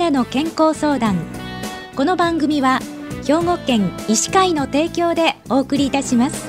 なの健康相談。この番組は兵庫県医師会の提供でお送りいたします。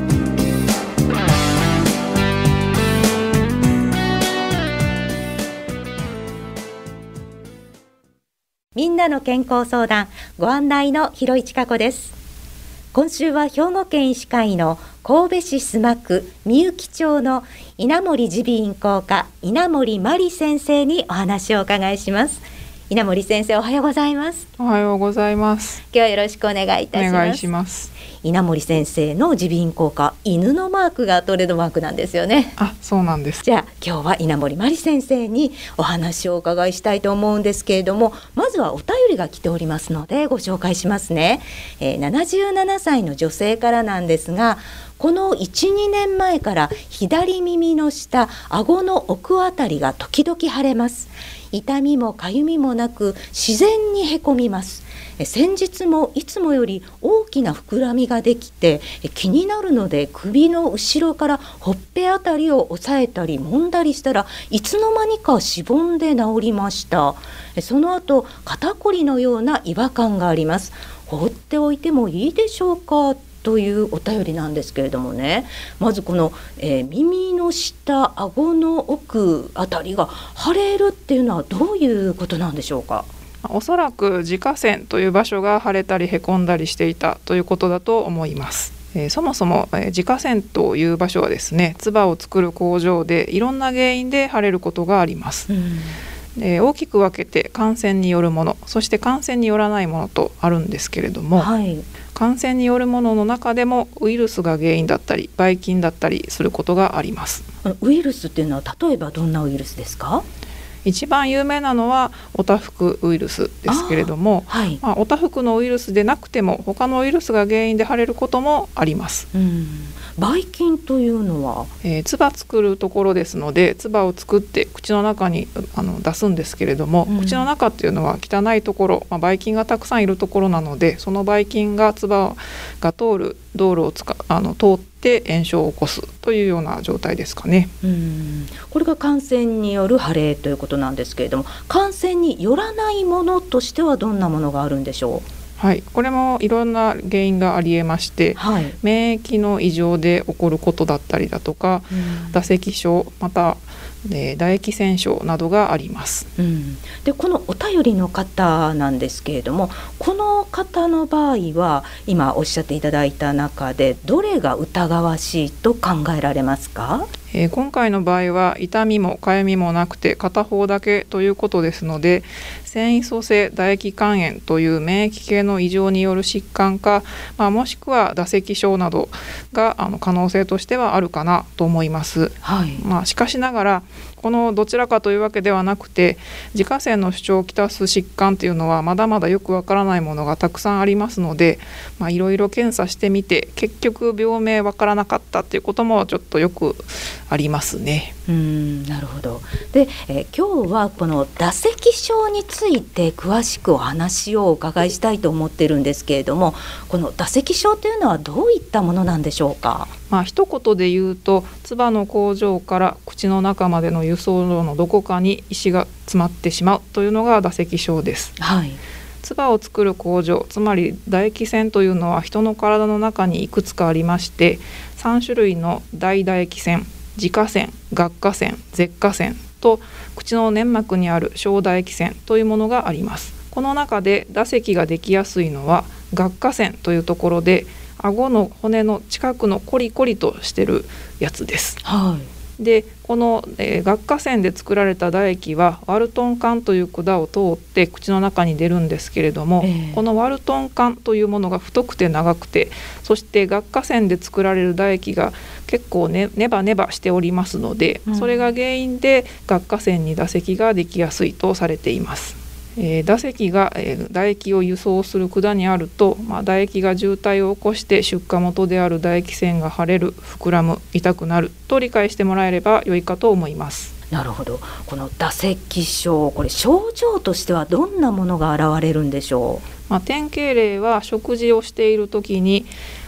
みんなの健康相談、ご案内の広市加子です。今週は兵庫県医師会の神戸市須磨区みゆき町の稲森耳鼻咽喉科稲森真理先生にお話をお伺いします。稲森先生、おはようございます。 おはようございます。 今日はよろしくお願いいたします。 お願いします。 稲森先生の耳鼻咽喉科、犬のマークがトレードマークなんですよね。 あ、そうなんです。 じゃあ今日は稲森真理先生にお話をお伺いしたいと思うんですけれども、まずはお便りが来ておりますのでご紹介しますね。77歳の女性からなんですが、この 1,2 年前から左耳の下、顎の奥あたりが時々腫れます。痛みもかゆみもなく自然にへこみます。先日もいつもより大きな膨らみができて気になるので、首の後ろからほっぺあたりを押さえたり揉んだりしたらいつの間にかしぼんで治りました。その後肩こりのような違和感があります。放っておいてもいいでしょうか、というお便りなんですけれどもね。まずこの、耳の下、顎の奥あたりが腫れるっていうのはどういうことなんでしょうか。 おそらく耳下腺という場所が腫れたりへこんだりしていたということだと思います。そもそも、耳下腺という場所はですね、唾を作る工場でいろんな原因で腫れることがあります。大きく分けて感染によるもの、そして感染によらないものとあるんですけれども、感染によるものの中でもウイルスが原因だったりばい菌だったりすることがあります。 ウイルスっていうのは例えばどんなウイルスですか。 一番有名なのはおたふくウイルスですけれども、おたふくのウイルスでなくても他のウイルスが原因で腫れることもあります。 ばい菌というのは、 唾作るところですので、唾を作って口の中に出すんですけれども、口の中っていうのは汚いところ、ばい菌がたくさんいるところなので、そのばい菌が唾が通る道路を通って炎症を起こすというような状態ですかね。 これが感染による腫れということなんですけれども、感染によらないものとしてはどんなものがあるんでしょう。 これもいろんな原因がありえまして、免疫の異常で起こることだったりだとか、唾石症、また唾液腺症などがあります。 でこのお便りの方なんですけれども、この方の場合は今おっしゃっていただいた中でどれが疑わしいと考えられますか。 今回の場合は痛みもかゆみもなくて片方だけということですので、線維素性唾液肝炎という免疫系の異常による疾患か、もしくは唾石症などが可能性としてはあるかなと思います。しかしながらこのどちらかというわけではなくて、耳下腺の主張をきたす疾患というのはまだまだよくわからないものがたくさんありますので、いろいろ検査してみて結局病名わからなかったということもちょっとよくありますね。 なるほど。で、今日はこの唾石症について詳しくお話をお伺いしたいと思ってるんですけれども、この唾石症というのはどういったものなんでしょうか。 一言で言うと、唾の工場から口の中までの輸送路のどこかに石が詰まってしまうというのが唾石症です。唾を作る工場、つまり唾液腺というのは人の体の中にいくつかありまして、3種類の大唾液腺、耳下腺、顎下腺、舌下腺と口の粘膜にある小唾液腺というものがあります。この中で唾石ができやすいのは顎下腺というところで、顎の骨の近くのコリコリとしてるやつです。でこの、顎下腺で作られた唾液はワルトン管という管を通って口の中に出るんですけれども、このワルトン管というものが太くて長くて、そして顎下腺で作られる唾液が結構ネバネバしておりますので、それが原因で顎下腺に唾石ができやすいとされています。唾石が唾液を輸送する管にあると、唾液が渋滞を起こして出火元である唾液腺が腫れる、膨らむ、痛くなると理解してもらえれば良いかと思います。 なるほど。この唾石症、これ症状としてはどんなものが現れるんでしょう。 典型例は食事をしている時に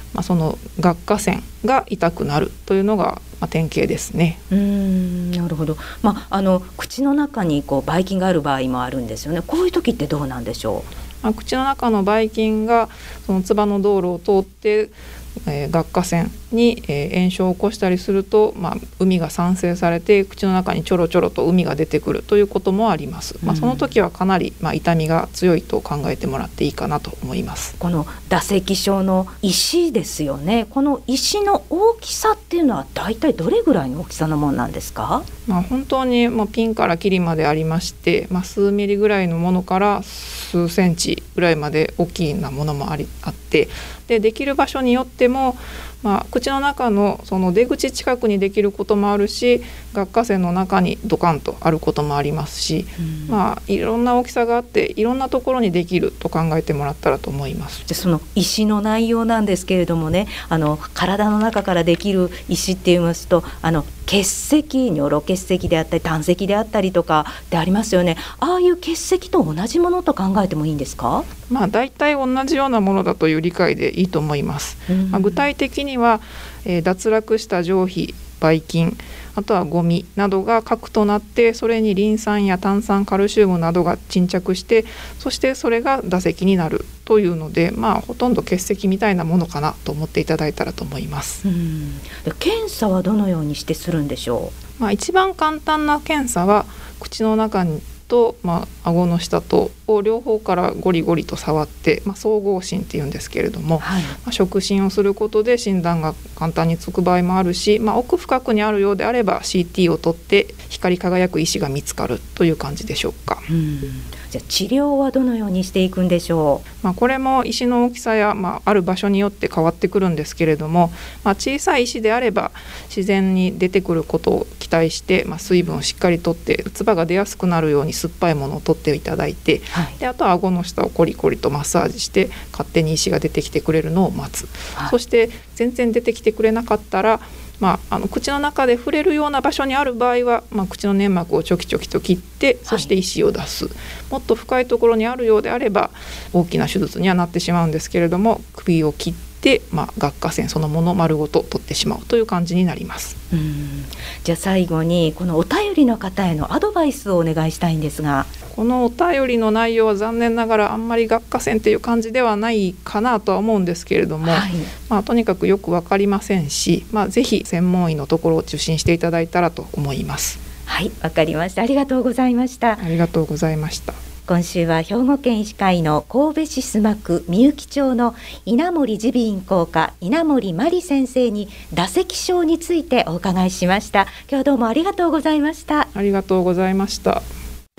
その顎下腺が痛くなるというのが典型ですね。 なるほど。口の中にばい菌がある場合もあるんですよね。こういう時ってどうなんでしょう。口の中のばい菌がその唾の道路を通って顎下腺に炎症を起こしたりすると、膿が産生されて口の中にちょろちょろと膿が出てくるということもあります。その時はかなり痛みが強いと考えてもらっていいかなと思います。 この唾石症の石ですよね。この石の大きさっていうのはだいたいどれぐらいの大きさのものなんですか？ 本当にピンからキリまでありまして、数ミリぐらいのものから数センチぐらいまで大きなものもあって、できる場所によっても、口の中のその出口近くにできることもあるし、顎下腺の中にドカンとあることもありますし、いろんな大きさがあっていろんなところにできると考えてもらったらと思います。 じゃその石の内容なんですけれどもね、体の中からできる石って言いますと結石、尿路結石であったり胆石であったりとかでありますよね。ああいう結石と同じものと考えてもいいんですか？ だいたい同じようなものだという理解でいいと思います。具体的には、脱落した上皮、ばい菌、あとはゴミなどが核となって、それにリン酸や炭酸、カルシウムなどが沈着して、そしてそれが唾石になるというので、ほとんど結石みたいなものかなと思っていただいたらと思います。 検査はどのようにしてするんでしょう？ 一番簡単な検査は口の中にと、顎の下とを両方からゴリゴリと触って、総合診っていうんですけれども、触診をすることで診断が簡単につく場合もあるし、奥深くにあるようであれば CT を取って光り輝く石が見つかるという感じでしょうか。 じゃあ治療はどのようにしていくんでしょう？これも石の大きさや、ある場所によって変わってくるんですけれども、小さい石であれば自然に出てくることを期待して、水分をしっかりとって唾が出やすくなるように酸っぱいものを取っていただいて、であとは顎の下をコリコリとマッサージして勝手に石が出てきてくれるのを待つ。そして全然出てきてくれなかったら、口の中で触れるような場所にある場合は、口の粘膜をチョキチョキと切って、そして石を出す。もっと深いところにあるようであれば大きな手術にはなってしまうんですけれども、首を切って、顎下腺そのもの丸ごと取ってしまうという感じになります。 じゃあ最後にこのお便りの方へのアドバイスをお願いしたいんですが。 このお便りの内容は残念ながらあんまり顎下腺っていう感じではないかなとは思うんですけれども、とにかくよく分かりませんし、ぜひ専門医のところを受診していただいたらと思います。 はい、わかりました。ありがとうございました。 ありがとうございました。 今週は兵庫県医師会の神戸市須磨区みゆき町の稲森耳鼻咽喉科稲森真理先生に唾石症についてお伺いしました。今日はどうもありがとうございました。 ありがとうございました。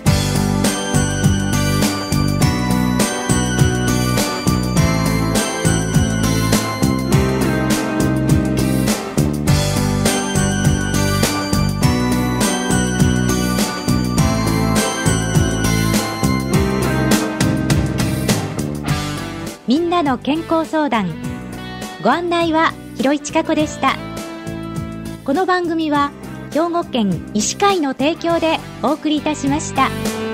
みんなの健康相談、ご案内は広井千佳子でした。この番組は兵庫県医師会の提供でお送りいたしました。